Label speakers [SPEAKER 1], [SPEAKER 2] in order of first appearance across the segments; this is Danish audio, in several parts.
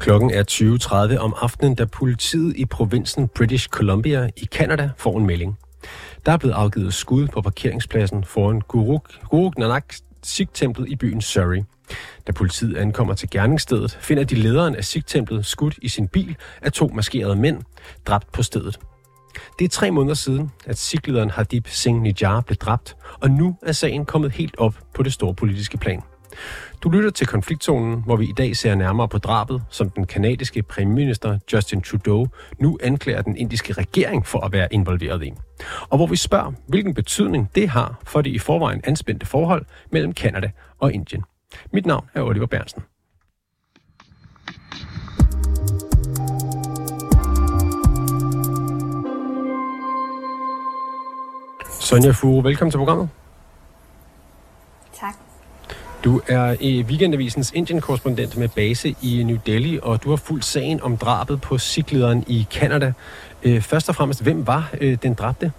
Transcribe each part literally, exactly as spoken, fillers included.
[SPEAKER 1] Klokken er tyve tredive om aftenen, da politiet i provinsen British Columbia i Canada får en melding. Der er blevet afgivet skud på parkeringspladsen foran Guru, Guru Nanak Sikh-templet i byen Surrey. Da politiet ankommer til gerningsstedet, finder de lederen af Sikh-templet skudt i sin bil af to maskerede mænd, dræbt på stedet. Det er tre måneder siden, at Sikh-lederen Hardeep Singh Nijjar blev dræbt, og nu er sagen kommet helt op på det store politiske plan. Du lytter til Konfliktzonen, hvor vi i dag ser nærmere på drabet, som den kanadiske premierminister Justin Trudeau nu anklager den indiske regering for at være involveret i. Og hvor vi spørger, hvilken betydning det har for det i forvejen anspændte forhold mellem Canada og Indien. Mit navn er Oliver Bernsen. Sonja Furu, velkommen til programmet.
[SPEAKER 2] Tak.
[SPEAKER 1] Du er i Weekendavisens Indien-korrespondent med base i New Delhi, og du har fulgt sagen om drabet på Sikh-lederen i Canada. Først og fremmest, hvem var den dræbte?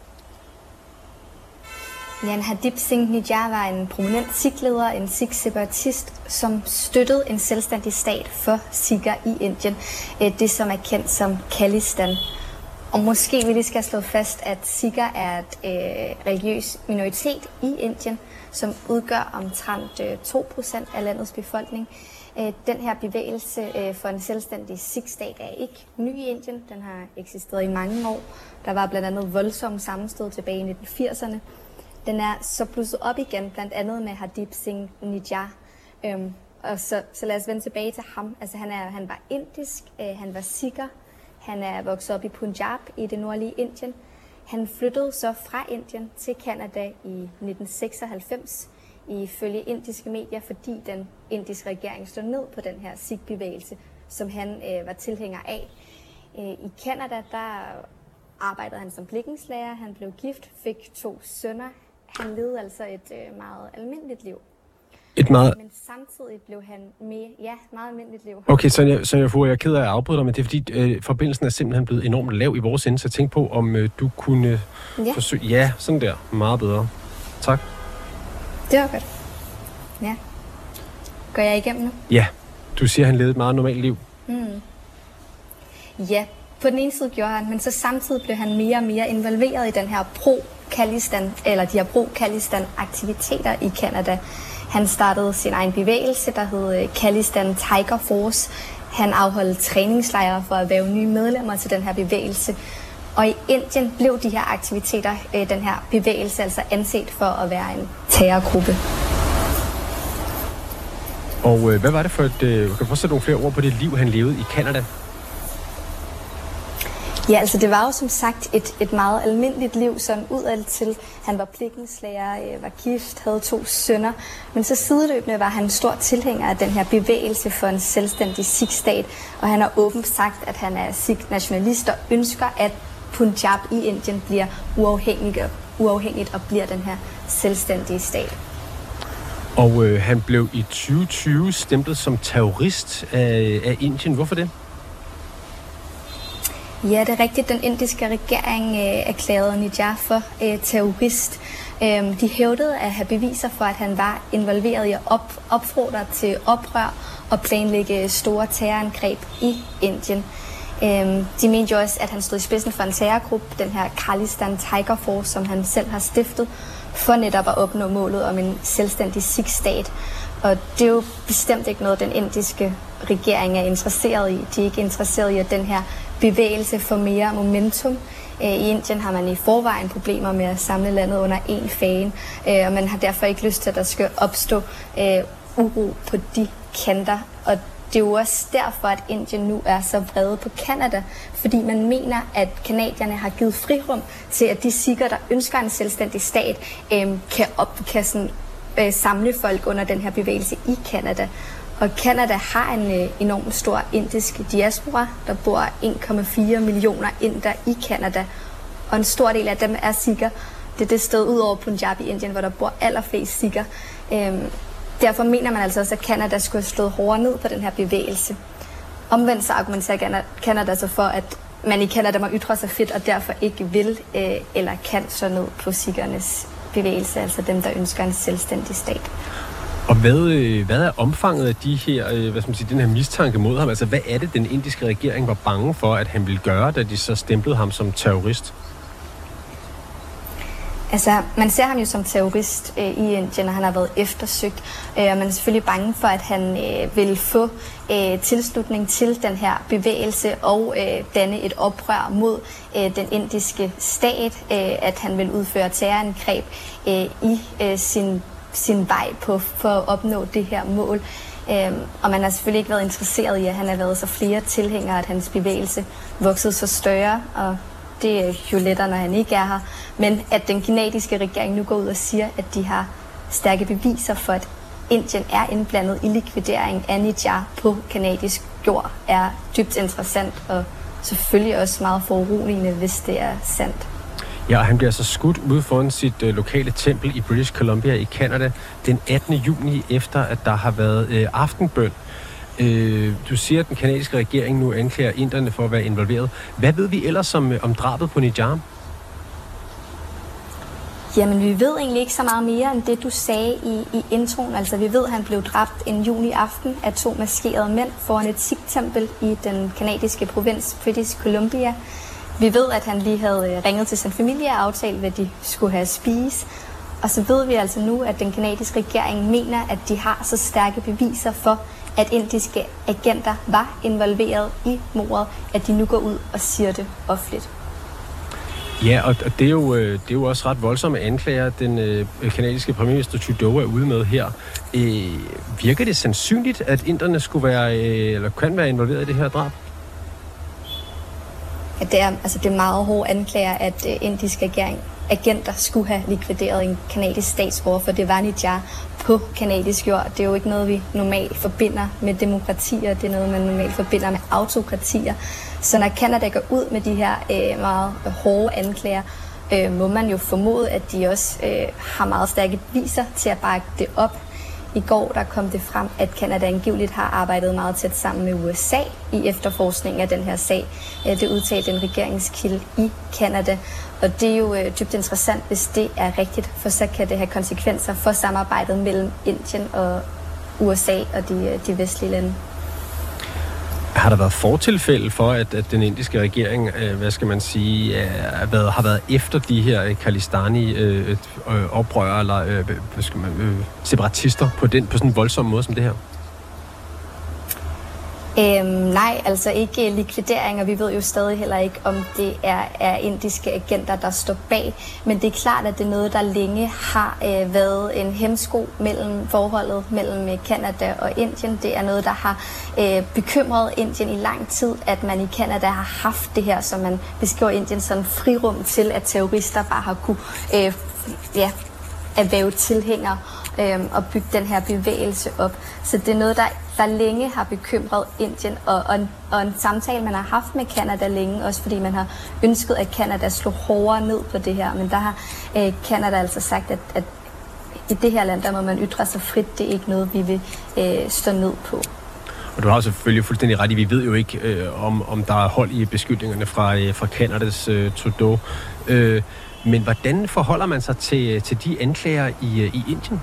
[SPEAKER 2] Jan Hardeep Singh Nijjar var en prominent Sikh-leder, en Sikh-separatist, som støttede en selvstændig stat for Sikher i Indien. Det, som er kendt som Khalistan. Og måske vi lige skal slå fast, at Sikher er et øh, religiøs minoritet i Indien, som udgør omtrent øh, to procent af landets befolkning. Øh, den her bevægelse øh, for en selvstændig Sikh-stat er ikke ny i Indien. Den har eksisteret i mange år. Der var blandt andet voldsomme sammenstød tilbage i nitten firserne. Den er så blusset op igen, blandt andet med Hardeep Singh Nijjar. Øhm, og så, så lad os vende tilbage til ham. Altså, han, er, han var indisk, øh, han var sikher. Han er vokset op i Punjab i det nordlige Indien. Han flyttede så fra Indien til Canada i nitten seksoghalvfems ifølge indiske medier, fordi den indiske regering stod ned på den her Sikh-bevægelse, som han øh, var tilhænger af. Øh, I Canada der arbejdede han som blikkenslager, han blev gift, fik to sønner. Han levede altså et øh, meget almindeligt liv.
[SPEAKER 1] Et meget...
[SPEAKER 2] Men samtidig blev han mere, ja, meget almindeligt liv.
[SPEAKER 1] Okay, Sonja, Sonja Furu, jeg er ked af at afbryde dig, men det er fordi øh, forbindelsen er simpelthen blevet enormt lav i vores ende, så tænk på, om øh, du kunne
[SPEAKER 2] ja.
[SPEAKER 1] forsøge... Ja, sådan der. Meget bedre. Tak.
[SPEAKER 2] Det var godt. Ja. Går jeg igennem nu?
[SPEAKER 1] Ja. Du siger, at han levede et meget normalt liv.
[SPEAKER 2] Mm. Ja, på den ene side gjorde han, men så samtidig blev han mere og mere involveret i den her pro-Khalistan, eller de her pro-Khalistan-aktiviteter i Canada. Han startede sin egen bevægelse, der hed Khalistan Tiger Force. Han afholdt træningslejre for at væve nye medlemmer til den her bevægelse. Og i Indien blev de her aktiviteter, den her bevægelse, altså anset for at være en terrorgruppe.
[SPEAKER 1] Og øh, hvad var det for et... Øh, kan du sætte nogle flere ord på det liv, han levede i Canada?
[SPEAKER 2] Ja, altså det var jo som sagt et, et meget almindeligt liv, sådan udad til. Han var blikkenslager, øh, var gift, havde to sønner. Men så sideløbende var han stor tilhænger af den her bevægelse for en selvstændig Sikh-stat. Og han har åbent sagt, at han er Sikh-nationalist og ønsker, at Punjab i Indien bliver uafhængigt, uafhængigt og bliver den her selvstændige stat.
[SPEAKER 1] Og øh, han blev i tyve tyve stemplet som terrorist af, af Indien. Hvorfor det?
[SPEAKER 2] Ja, det er rigtigt. Den indiske regering øh, erklærede Nijjar for øh, terrorist. Øhm, de hævdede at have beviser for, at han var involveret i at op, opfordre til oprør og planlægge store terrorangreb i Indien. Øhm, de mente jo også, at han stod i spidsen for en terrorgruppe, den her Khalistan Tiger Force, som han selv har stiftet, for netop at opnå målet om en selvstændig Sikh-stat. Og det er jo bestemt ikke noget, den indiske regering er interesseret i. De er ikke interesseret i, at den her bevægelse får mere momentum. I Indien har man i forvejen problemer med at samle landet under én fane, og man har derfor ikke lyst til, at der skal opstå uro på de kanter. Og det er jo også derfor, at Indien nu er så vrede på Canada, fordi man mener, at canadierne har givet frirum til, at de sikher, der ønsker en selvstændig stat, kan, op, kan sådan, samle folk under den her bevægelse i Canada. Og Canada har en øh, enormt stor indisk diaspora. Der bor en komma fire millioner inder i Canada, og en stor del af dem er sikher. Det er det sted ud over Punjab i Indien, hvor der bor allerflest sikher. Øhm, derfor mener man altså også, at Canada skulle have slået hårdere ned på den her bevægelse. Omvendt så argumenterer Canada så for, at man i Canada må ytre sig frit, og derfor ikke vil øh, eller kan slå ned på sikhernes bevægelse, altså dem, der ønsker en selvstændig stat.
[SPEAKER 1] Og hvad, hvad er omfanget af de her, hvad skal man sige, den her mistanke mod ham? Altså, hvad er det, den indiske regering var bange for, at han ville gøre, da de så stemplede ham som terrorist?
[SPEAKER 2] Altså, man ser ham jo som terrorist øh, i Indien, og han har været eftersøgt. Øh, og man er selvfølgelig bange for, at han øh, vil få øh, tilslutning til den her bevægelse og øh, danne et oprør mod øh, den indiske stat, øh, at han vil udføre terrorangreb øh, i øh, sin, sin vej på for at opnå det her mål. Øh, og man har selvfølgelig ikke været interesseret i, at han har været så flere tilhængere, at hans bevægelse voksede så større, og det er jo lettere, når han ikke er her. Men at den kinesiske regering nu går ud og siger, at de har stærke beviser for, at Indien er indblandet i likvidering af Nijjar på kanadisk jord, er dybt interessant og selvfølgelig også meget foruroligende, hvis det er sandt.
[SPEAKER 1] Ja, og han bliver altså skudt ude foran sit øh, lokale tempel i British Columbia i Canada den attende juni, efter at der har været øh, aftenbøn. Øh, du siger, at den kanadiske regering nu anklager inderne for at være involveret. Hvad ved vi ellers om, om drabet på Nijjar?
[SPEAKER 2] Jamen, vi ved egentlig ikke så meget mere end det, du sagde i, i introen. Altså, vi ved, at han blev dræbt en juni aften af to maskerede mænd foran et sikh-tempel i den kanadiske provins British Columbia. Vi ved, at han lige havde ringet til sin familie og aftalt, hvad de skulle have at spise. Og så ved vi altså nu, at den kanadiske regering mener, at de har så stærke beviser for, at indiske agenter var involveret i mordet, at de nu går ud og siger det offentligt.
[SPEAKER 1] Ja, og det er jo, det er jo også ret voldsomme anklager, den øh, kanadiske premierminister Trudeau er ude med her. Øh, virker det sandsynligt, at inderne skulle være, øh, eller kan være involveret i det her drab?
[SPEAKER 2] Ja, det er, altså det er meget hårde anklager, at øh, indiske agering, agenter skulle have likvideret en kanadisk statsborger, for det var Nijjar på kanadisk jord. Det er jo ikke noget, vi normalt forbinder med demokratier. Det er noget, man normalt forbinder med autokratier. Så når Canada går ud med de her øh, meget hårde anklager, øh, må man jo formode, at de også øh, har meget stærke beviser til at bakke det op. I går der kom det frem, at Canada angiveligt har arbejdet meget tæt sammen med U S A i efterforskningen af den her sag. Det udtalte en regeringskilde i Canada, og det er jo øh, dybt interessant, hvis det er rigtigt, for så kan det have konsekvenser for samarbejdet mellem Indien og U S A og de, de vestlige lande.
[SPEAKER 1] Har der været fortilfælde for, at, at den indiske regering, øh, hvad skal man sige, øh, været, har været efter de her Khalistani-oprørere øh, eller øh, hvad skal man, øh, separatister på, den, på sådan en voldsom måde som det her?
[SPEAKER 2] Øhm, nej, altså ikke likvidering, og vi ved jo stadig heller ikke, om det er, er indiske agenter, der står bag. Men det er klart, at det er noget, der længe har øh, været en hæmsko mellem forholdet mellem Canada og Indien. Det er noget, der har øh, bekymret Indien i lang tid, at man i Canada har haft det her, som man beskriver Indien som frirum til, at terrorister bare har kunne øh, ja, erhverve tilhængere øh, og bygge den her bevægelse op. Så det er noget, der der længe har bekymret Indien, og, og, en, og en samtale, man har haft med Canada længe, også fordi man har ønsket, at Canada slår hårdere ned på det her. Men der har øh, Canada altså sagt, at, at i det her land, der må man ytre sig frit. Det er ikke noget, vi vil øh, stå ned på.
[SPEAKER 1] Og du har selvfølgelig fuldstændig ret i, vi ved jo ikke, øh, om, om der er hold i beskyldningerne fra, øh, fra Canadas øh, Trudeau. Øh, men hvordan forholder man sig til, til de anklager i, øh, i Indien?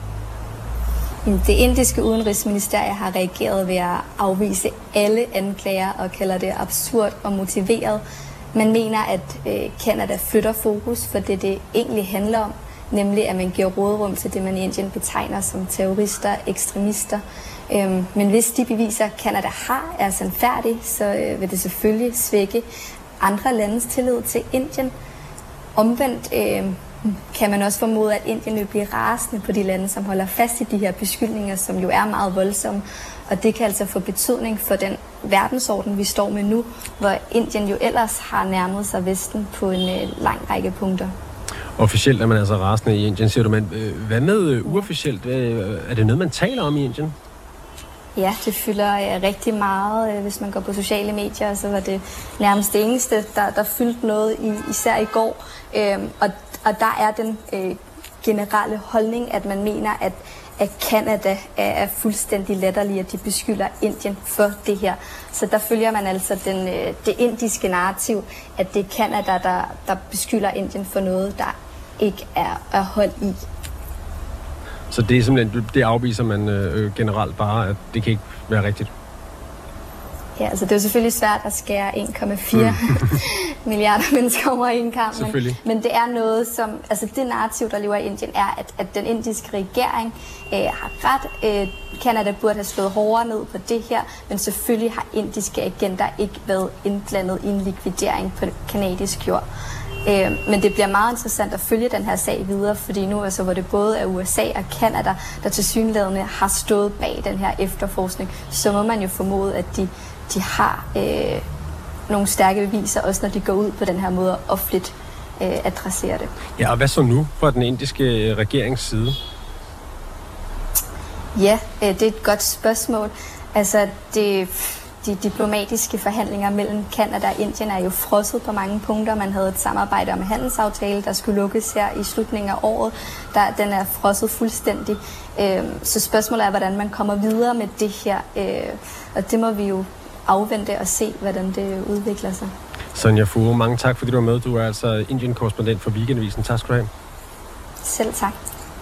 [SPEAKER 2] Det indiske udenrigsministerium har reageret ved at afvise alle anklager og kalder det absurd og motiveret. Man mener, at øh, Canada flytter fokus for det, det egentlig handler om, nemlig at man giver råderum til det, man i Indien betegner som terrorister, ekstremister. Øhm, men hvis de beviser, Canada har, er sandfærdige, så øh, vil det selvfølgelig svække andre landes tillid til Indien. Omvendt øh, kan man også formode, at Indien vil blive rasende på de lande, som holder fast i de her beskyldninger, som jo er meget voldsomme. Og det kan altså få betydning for den verdensorden, vi står med nu, hvor Indien jo ellers har nærmet sig Vesten på en øh, lang række punkter.
[SPEAKER 1] Officielt er man altså rasende i Indien, siger du, men øh, hvad med øh, uofficielt? Øh, er det noget, man taler om i Indien?
[SPEAKER 2] Ja, det fylder øh, rigtig meget. Øh, hvis man går på sociale medier, så var det nærmest det eneste, der, der fyldte noget, i, især i går. Øh, og, og der er den øh, generelle holdning, at man mener, at at Canada er fuldstændig latterlig, at de beskylder Indien for det her. Så der følger man altså den, det indiske narrativ, at det er Canada, der, der beskylder Indien for noget, der ikke er, er hold i.
[SPEAKER 1] Så det er simpelthen, det afviser man øh, generelt bare, at det kan ikke være rigtigt?
[SPEAKER 2] Ja, altså det er jo selvfølgelig svært at skære en komma fire mm. milliarder mennesker over en kamp, men, men det er noget, som, altså det narrativ, der lever i Indien, er, at, at den indiske regering øh, har ret. Øh, Canada burde have slået hårdere ned på det her, men selvfølgelig har indiske agenter ikke været indblandet i en likvidering på kanadisk jord. Øh, men det bliver meget interessant at følge den her sag videre, fordi nu altså, hvor det både er U S A og Canada, der tilsyneladende har stået bag den her efterforskning, så må man jo formode, at de, de har øh, nogle stærke beviser, også når de går ud på den her måde og offentligt øh, adresserer det.
[SPEAKER 1] Ja, og hvad så nu fra den indiske regerings side?
[SPEAKER 2] Ja, øh, det er et godt spørgsmål. Altså, det... De diplomatiske forhandlinger mellem Canada og Indien er jo frosset på mange punkter. Man havde et samarbejde om en handelsaftale, der skulle lukkes her i slutningen af året. Der, den er frosset fuldstændig. Så spørgsmålet er, hvordan man kommer videre med det her. Og det må vi jo afvente og se, hvordan det udvikler sig.
[SPEAKER 1] Sonja Fure, mange tak, fordi du var med. Du er altså Indien-korrespondent for Weekendavisen. Tak skal du have.
[SPEAKER 2] Selv tak.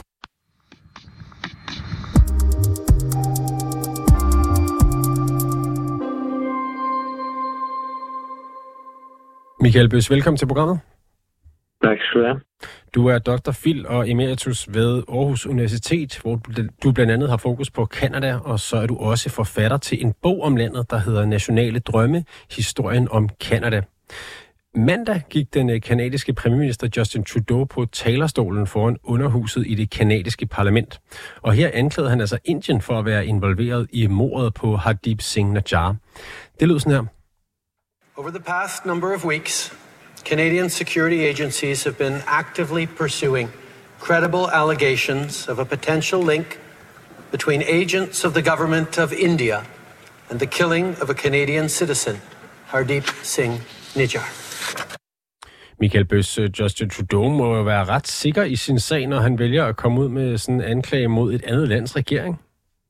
[SPEAKER 1] Michael Bøs, velkommen til programmet.
[SPEAKER 3] Tak skal du have.
[SPEAKER 1] Du er doktor Phil og emeritus ved Aarhus Universitet, hvor du blandt andet har fokus på Canada, og så er du også forfatter til en bog om landet, der hedder Nationale Drømme, historien om Canada. Mandag gik den kanadiske premierminister Justin Trudeau på talerstolen foran underhuset i det kanadiske parlament. Og her anklagede han altså Indien for at være involveret i mordet på Hardeep Singh Najjar. Det lød sådan her.
[SPEAKER 4] Over the past number of weeks, Canadian security agencies have been actively pursuing credible allegations of a potential link between agents of the government of India and the killing of a Canadian citizen, Hardeep Singh Najjar.
[SPEAKER 1] Michael Bøs, Justin Trudeau må jo være ret sikker i sin sag, når han vælger at komme ud med sådan en anklage mod et andet lands regering.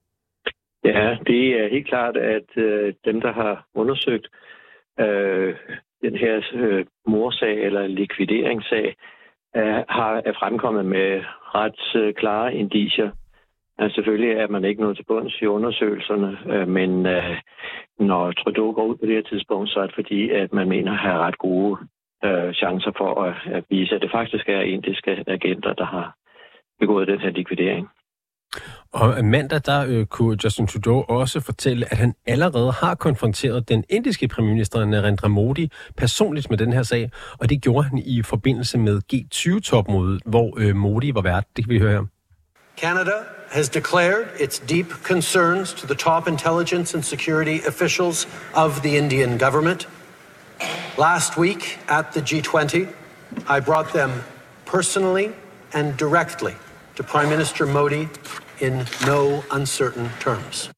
[SPEAKER 3] Ja, det er helt klart, at øh, dem, der har undersøgt Øh, den her øh, morsag eller likvideringssag øh, har er fremkommet med ret øh, klare indicier. Altså, selvfølgelig er man ikke nået til bunds i undersøgelserne, øh, men øh, når Trudeau går ud på det her tidspunkt, så er det fordi, at man mener at have ret gode øh, chancer for at, at vise, at det faktisk er indiske agenter, der har begået den her likvidering.
[SPEAKER 1] Og mandag, der øh, kunne Justin Trudeau også fortælle, at han allerede har konfronteret den indiske premierminister Narendra Modi personligt med den her sag, og det gjorde han i forbindelse med G tyve topmødet, hvor øh, Modi var vært. Det kan vi høre her.
[SPEAKER 4] Canada has declared its deep concerns to the top intelligence and security officials of the Indian government. Last week at the G twenty, I brought them personally and directly to Prime Minister Modi in no uncertain terms.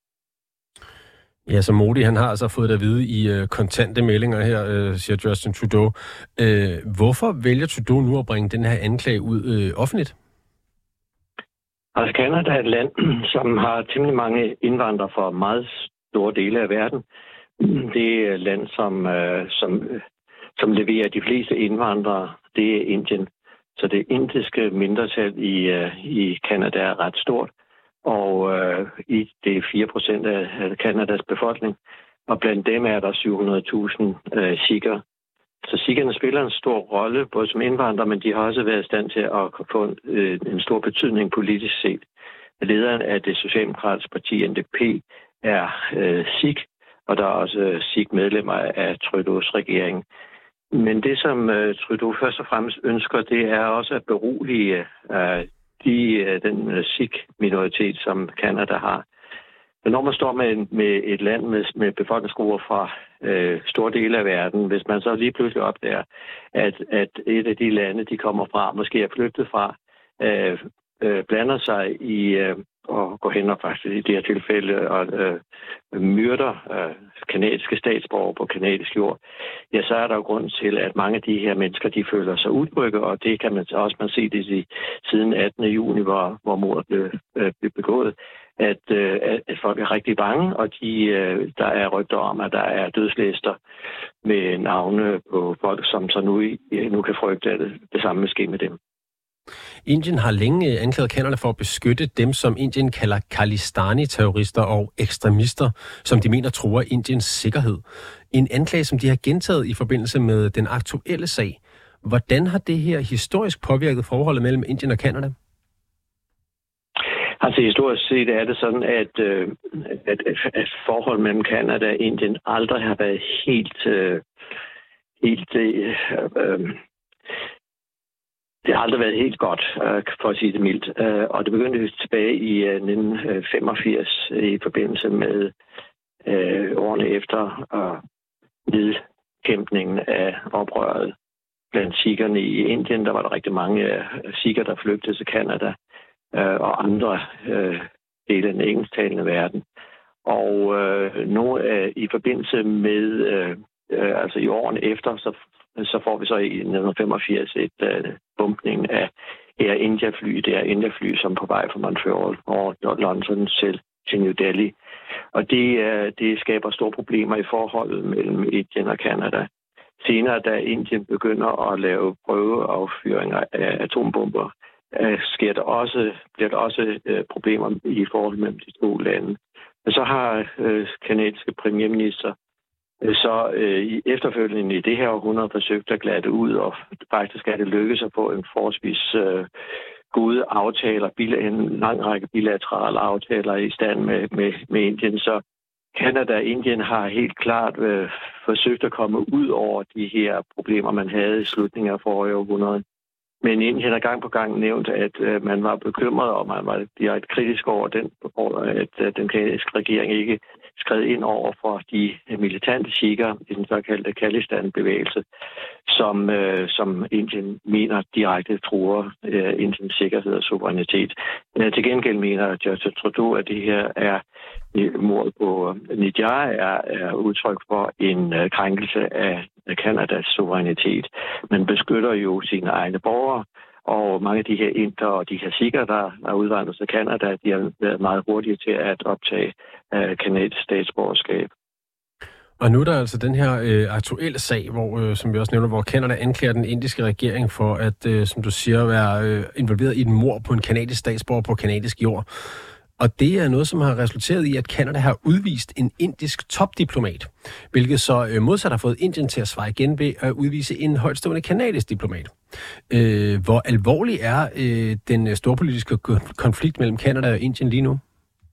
[SPEAKER 1] Ja, så Modi, han har altså fået det at vide i øh, kontante meldinger her, øh, siger Justin Trudeau. Øh, hvorfor vælger Trudeau nu at bringe den her anklage ud øh, offentligt?
[SPEAKER 3] Altså, Canada er et land, som har temmelig mange indvandrere fra meget store dele af verden. Det er et land, som, øh, som, som leverer de fleste indvandrere. Det er Indien. Så det indiske mindretal i, uh, i Canada er ret stort, og uh, i det er fire procent af Canadas befolkning, og blandt dem er der syv hundrede tusind uh, sikhere. Så sikherne spiller en stor rolle, både som indvandrere, men de har også været i stand til at få en, uh, en stor betydning politisk set. Lederen af det socialdemokratiske parti N D P er uh, sikh, og der er også sikh-medlemmer af Trudeaus regering. Men det, som uh, Trudeau først og fremmest ønsker, det er også at berolige uh, de, uh, den uh, sikh-minoritet, som Canada har. Men når man står med, med et land med, med befolkningsgrupper fra uh, store dele af verden, hvis man så lige pludselig opdager, at, at et af de lande, de kommer fra, måske er flygtet fra, uh, uh, blander sig i... Uh, og går hen og faktisk i det her tilfælde og øh, myrder øh, kanadiske statsborgere på kanadisk jord, ja, så er der jo grund til, at mange af de her mennesker, de føler sig utrygge, og det kan man også man se det i, siden attende juni, hvor, hvor mordet blev, øh, blev begået, at, øh, at folk er rigtig bange, og de, øh, der er rygter om, at der er dødslister med navne på folk, som så nu, nu kan frygte, at det, det samme vil ske med dem.
[SPEAKER 1] Indien har længe anklaget Canada for at beskytte dem, som Indien kalder Khalistani-terrorister og ekstremister, som de mener truer Indiens sikkerhed. En anklage, som de har gentaget i forbindelse med den aktuelle sag. Hvordan har det her historisk påvirket forholdet mellem Indien og Canada?
[SPEAKER 3] Altså historisk set er det sådan, at, øh, at, at forhold mellem Canada og Indien aldrig har været helt, øh, helt øh, øh, det har aldrig været helt godt, øh, for at sige det mildt. Øh, og det begyndte tilbage i øh, nitten femogfirs i forbindelse med øh, årene efter øh, nedkæmpningen af oprøret blandt sikherne i Indien. Der var der rigtig mange øh, sikher, der flygtede til Canada øh, og andre øh, dele af den engelsktalende verden. Og øh, nu øh, i forbindelse med, øh, øh, altså i årene efter, så så får vi så i nitten femogfirs et uh, bumpning af Air India-fly. Det er India-fly, som på vej fra Montreal og London til, til New Delhi. Og det, uh, det skaber store problemer i forholdet mellem Indien og Canada. Senere, da Indien begynder at lave prøveaffyringer af atombomber, uh, sker der også, bliver der også uh, problemer i forholdet mellem de to lande. Og så har uh, kanadiske premierminister så øh, i efterfølgende i det her århundrede forsøgt at glatte ud, og faktisk er det lykkedes at få en forholdsvis øh, gode aftaler, en lang række bilaterale aftaler i stand med, med, med Indien. Så Canada og Indien har helt klart øh, forsøgt at komme ud over de her problemer, man havde i slutningen af forrige århundrede. Men Indien har gang på gang nævnt, at øh, man var bekymret, og man var direkte kritisk over, den, at øh, den kanadiske regering ikke skred ind over for de militante sikher i den såkaldte Khalistan-bevægelse, som, øh, som Indien mener direkte truer øh, Indiens sikkerhed og suverænitet. Øh, til gengæld mener Justin Trudeau, at det her er mordet på Nidjar er, er udtryk for en øh, krænkelse af Kanadas suverænitet. Man beskytter jo sine egne borgere, og mange af de her inder og de her sikher, der er udvandret til Canada, de har været meget hurtige til at optage øh, kanadisk statsborgerskab.
[SPEAKER 1] Og nu er der altså den her øh, aktuelle sag, hvor, øh, som vi også nævner, hvor Canada anklager den indiske regering for at, øh, som du siger, være øh, involveret i et mord på en kanadisk statsborger på kanadisk jord. Og det er noget, som har resulteret i, at Canada har udvist en indisk topdiplomat, hvilket så øh, modsat har fået Indien til at svare igen ved at udvise en højtstående kanadisk diplomat. Øh, hvor alvorlig er øh, den storpolitiske konflikt mellem Canada og Indien lige nu?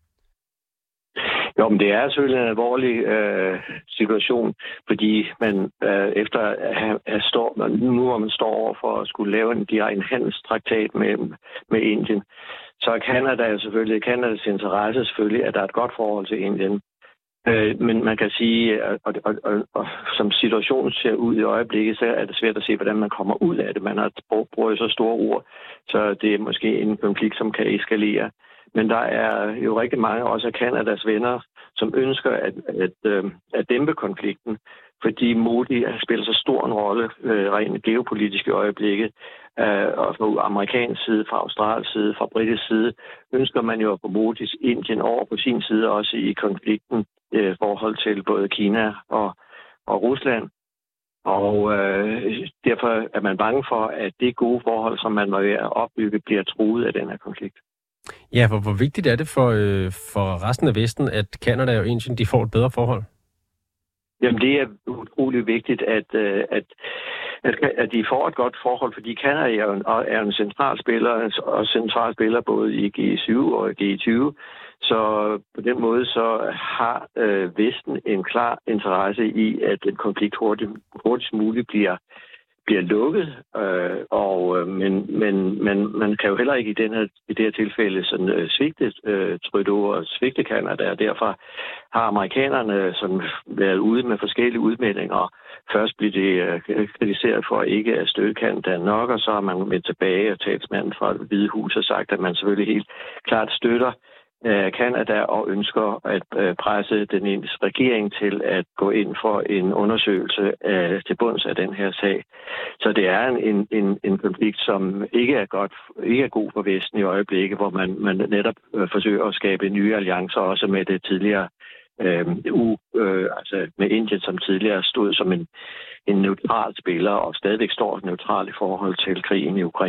[SPEAKER 3] Jo, men det er selvfølgelig en alvorlig øh, situation, fordi man øh, efter at have, have står, nu hvor man står over for at skulle lave en, de har en handelstraktat med, med Indien, så er Canada selvfølgelig, Canadas interesse selvfølgelig, at der er et godt forhold til Indien. Øh, men man kan sige, og, og, og, og som situationen ser ud i øjeblikket, så er det svært at se, hvordan man kommer ud af det. Man har brugt så store ord, så det er måske en konflikt, som kan eskalere. Men der er jo rigtig mange, også af Canadas venner, som ønsker at, at, at, at dæmpe konflikten, fordi Modi spiller så stor en rolle øh, rent geopolitisk i øjeblikket. Øh, og fra amerikansk side, fra australsk side, fra britisk side, ønsker man jo at få Modis Indien over på sin side, også i konflikten i øh, forhold til både Kina og, og Rusland. Og øh, derfor er man bange for, at det gode forhold, som man var ved at opbygge, bliver truet af den her konflikt.
[SPEAKER 1] Ja, for hvor vigtigt er det for, øh, for resten af Vesten, at Canada og Indien de får et bedre forhold?
[SPEAKER 3] Jamen, det er utrolig vigtigt, at, at, at, at de får et godt forhold, fordi Canada er jo en, er en central spiller, og central spiller både i G syv og G tyve. Så på den måde så har øh, Vesten en klar interesse i, at en konflikt hurtigt, hurtigst muligt bliver bliver lukket, øh, og, øh, men, men, men man kan jo heller ikke i, den her, i det her tilfælde sådan, øh, svigte øh, Trudeau og svigte Canada, og derfor har amerikanerne sådan, været ude med forskellige udmeldinger. Først blev det øh, kritiseret for ikke at støtte Canada nok, og så har man vendt tilbage, og talsmanden fra Det Hvide Hus har sagt, at man selvfølgelig helt klart støtter Canada og ønsker at presse den indiske regering til at gå ind for en undersøgelse af, til bunds af den her sag. Så det er en, en, en konflikt, som ikke er, godt, ikke er god for Vesten i øjeblikket, hvor man, man netop forsøger at skabe nye alliancer, også med det tidligere øh, U, øh, altså med Indien, som tidligere stod som en, en neutral spiller og stadigvæk står neutral i forhold til krigen i Ukraine.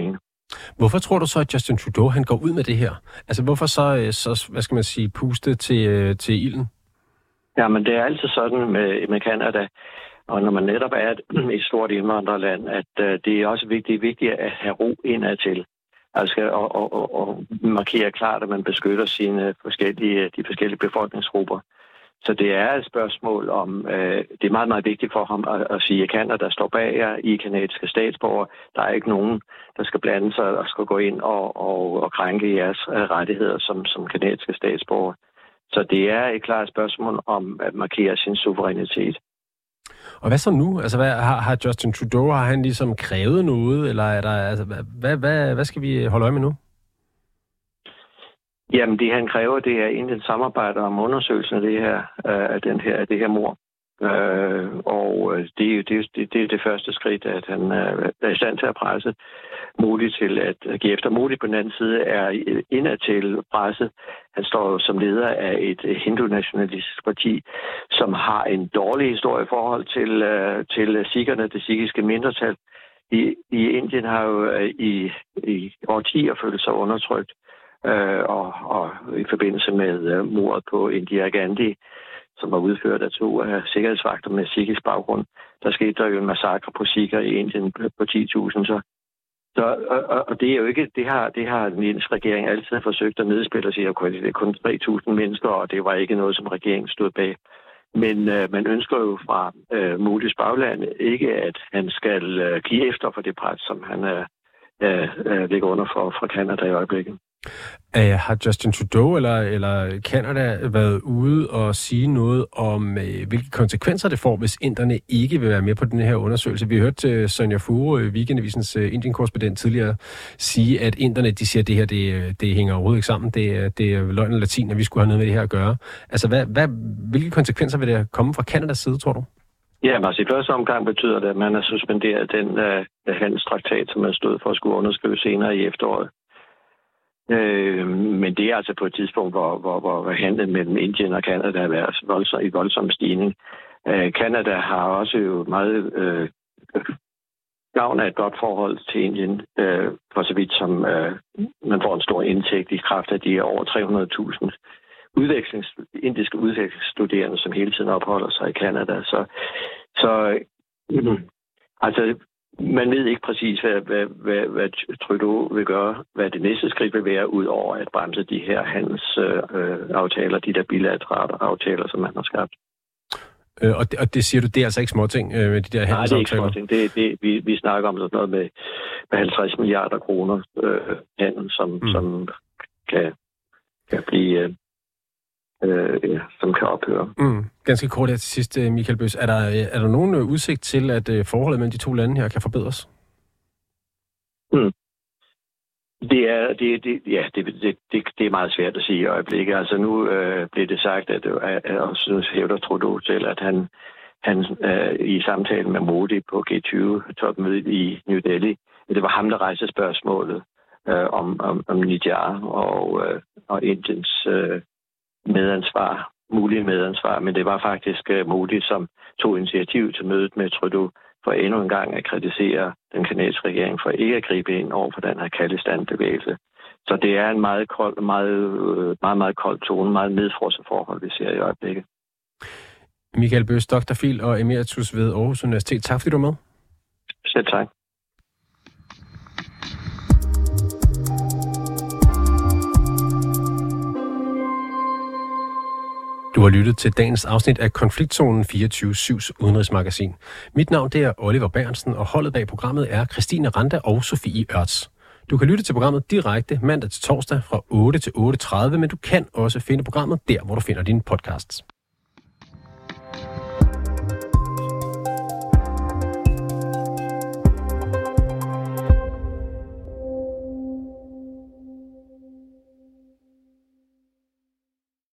[SPEAKER 1] Hvorfor tror du så, at Justin Trudeau han går ud med det her? Altså hvorfor så, så hvad skal man sige, puste til, til ilden?
[SPEAKER 3] Ja, men det er altid sådan med, med Canada, og når man netop er et, et stort indvandrerland, at uh, det er også vigtigt, vigtigt at have ro indadtil. Altså at og, og, og markere klart, at man beskytter sine forskellige, de forskellige befolkningsgrupper. Så det er et spørgsmål om, øh, det er meget, meget vigtigt for ham at, at sige, at Canada står bag jer, I kanadiske statsborgere. Der er ikke nogen, der skal blande sig og skal gå ind og, og, og krænke jeres rettigheder som, som kanadiske statsborgere. Så det er et klart spørgsmål om at markere sin suverænitet.
[SPEAKER 1] Og hvad så nu? Altså, hvad, har, har Justin Trudeau, har han ligesom krævet noget, eller er der, altså, hvad, hvad, hvad skal vi holde øje med nu?
[SPEAKER 3] Jamen, det han kræver, det er egentlig et samarbejde om undersøgelsen af det her, af den her, af det her mord. Øh, og det, det, det, det er det første skridt, at han er i stand til at presse Modi til at give efter. Modi på den anden side er indad til presse. Han står som leder af et hindu-nationalistisk parti, som har en dårlig historie i forhold til, til sikherne, det sikhiske mindretal. I, i Indien har jo i, i årtier følt sig undertrykt, øh, og, og i forbindelse med mordet på Indira Gandhi, som var udført af to af sikkerhedsvagter med sikhisk baggrund. Der skete der jo en massakre på sikher i Indien på ti tusind. Så, så, og, og det er jo ikke, det har, det har den indiske regering altid forsøgt at nedspille og sige, at det er kun tre tusind mennesker, og det var ikke noget, som regeringen stod bag. Men øh, man ønsker jo fra øh, Modis bagland ikke, at han skal øh, give efter for det pres, som han øh, øh, ligger under for fra Canada i øjeblikket.
[SPEAKER 1] Uh, har Justin Trudeau eller, eller Canada været ude og sige noget om, uh, hvilke konsekvenser det får, hvis inderne ikke vil være med på den her undersøgelse? Vi har hørt uh, Sonja Furo, uh, Weekendavisens uh, Indien-korrespondent, tidligere sige, at inderne, de siger, at det her det, det hænger overhovedet ikke sammen. Det, det er løgn og latin, at vi skulle have noget med det her at gøre. Altså, hvad, hvad, hvilke konsekvenser vil det komme fra Canadas side, tror du?
[SPEAKER 3] Ja, men altså i første omgang betyder det, at man har suspenderet den uh, handelstraktat, som man stod for at skulle underskrive senere i efteråret. Øh, men det er altså på et tidspunkt, hvor, hvor, hvor handlen mellem Indien og Canada har været voldsom, i voldsom stigning. Øh, Canada har også jo meget øh, gavn af et godt forhold til Indien, øh, for så vidt som øh, man får en stor indtægt i kraft af de over tre hundrede tusind udvekslings, indiske udvekslingsstuderende, som hele tiden opholder sig i Canada. Så, så øh, altså... Man ved ikke præcis, hvad, hvad, hvad, hvad Trudeau vil gøre, hvad det næste skridt vil være, ud over at bremse de her handelsaftaler, øh, de der bilaterale aftaler, som man har skabt.
[SPEAKER 1] Øh, og, det, og det siger du, det er altså ikke småting øh, med de der handelsaftaler?
[SPEAKER 3] Nej, det er ikke småting. Det, det, vi, vi snakker om sådan noget med, med halvtreds milliarder kroner øh, handel, som, mm. som kan, kan blive... Øh, Øh, ja, som kan ophøre.
[SPEAKER 1] Mm. Ganske kort her til sidst, Michael Bøs. Er der, er der nogen udsigt til, at forholdet mellem de to lande her kan forbedres?
[SPEAKER 3] Mm. Det er det, det, ja, det, det, det, det er meget svært at sige i øjeblikket. Altså nu øh, blev det sagt, at jeg synes hævder Trudeau til, at han, han øh, i samtalen med Modi på G tyve-topmødet i New Delhi, det var ham, der rejste spørgsmålet øh, om, om, om Niger og, øh, og Indiens øh, medansvar, mulige medansvar, men det var faktisk uh, Modi, som tog initiativ til mødet med Trudeau for endnu en gang at kritisere den kanadiske regering for ikke at gribe ind over for den her Khalistan-bevægelse. Så det er en meget kold, meget, meget, meget kold tone, meget nedfrosset forhold, vi ser i øjeblikket.
[SPEAKER 1] Michael Bøs, doktor Phil og emeritus ved Aarhus Universitet. Tak fordi du var med.
[SPEAKER 3] Selv tak.
[SPEAKER 1] Du har lyttet til dagens afsnit af Konfliktzonen fireogtyve syvs udenrigsmagasin. Mit navn det er Oliver Bernsen, og holdet bag programmet er Christine Randa og Sofie Ørts. Du kan lytte til programmet direkte mandag til torsdag fra otte til otte tredive, men du kan også finde programmet der, hvor du finder dine podcasts.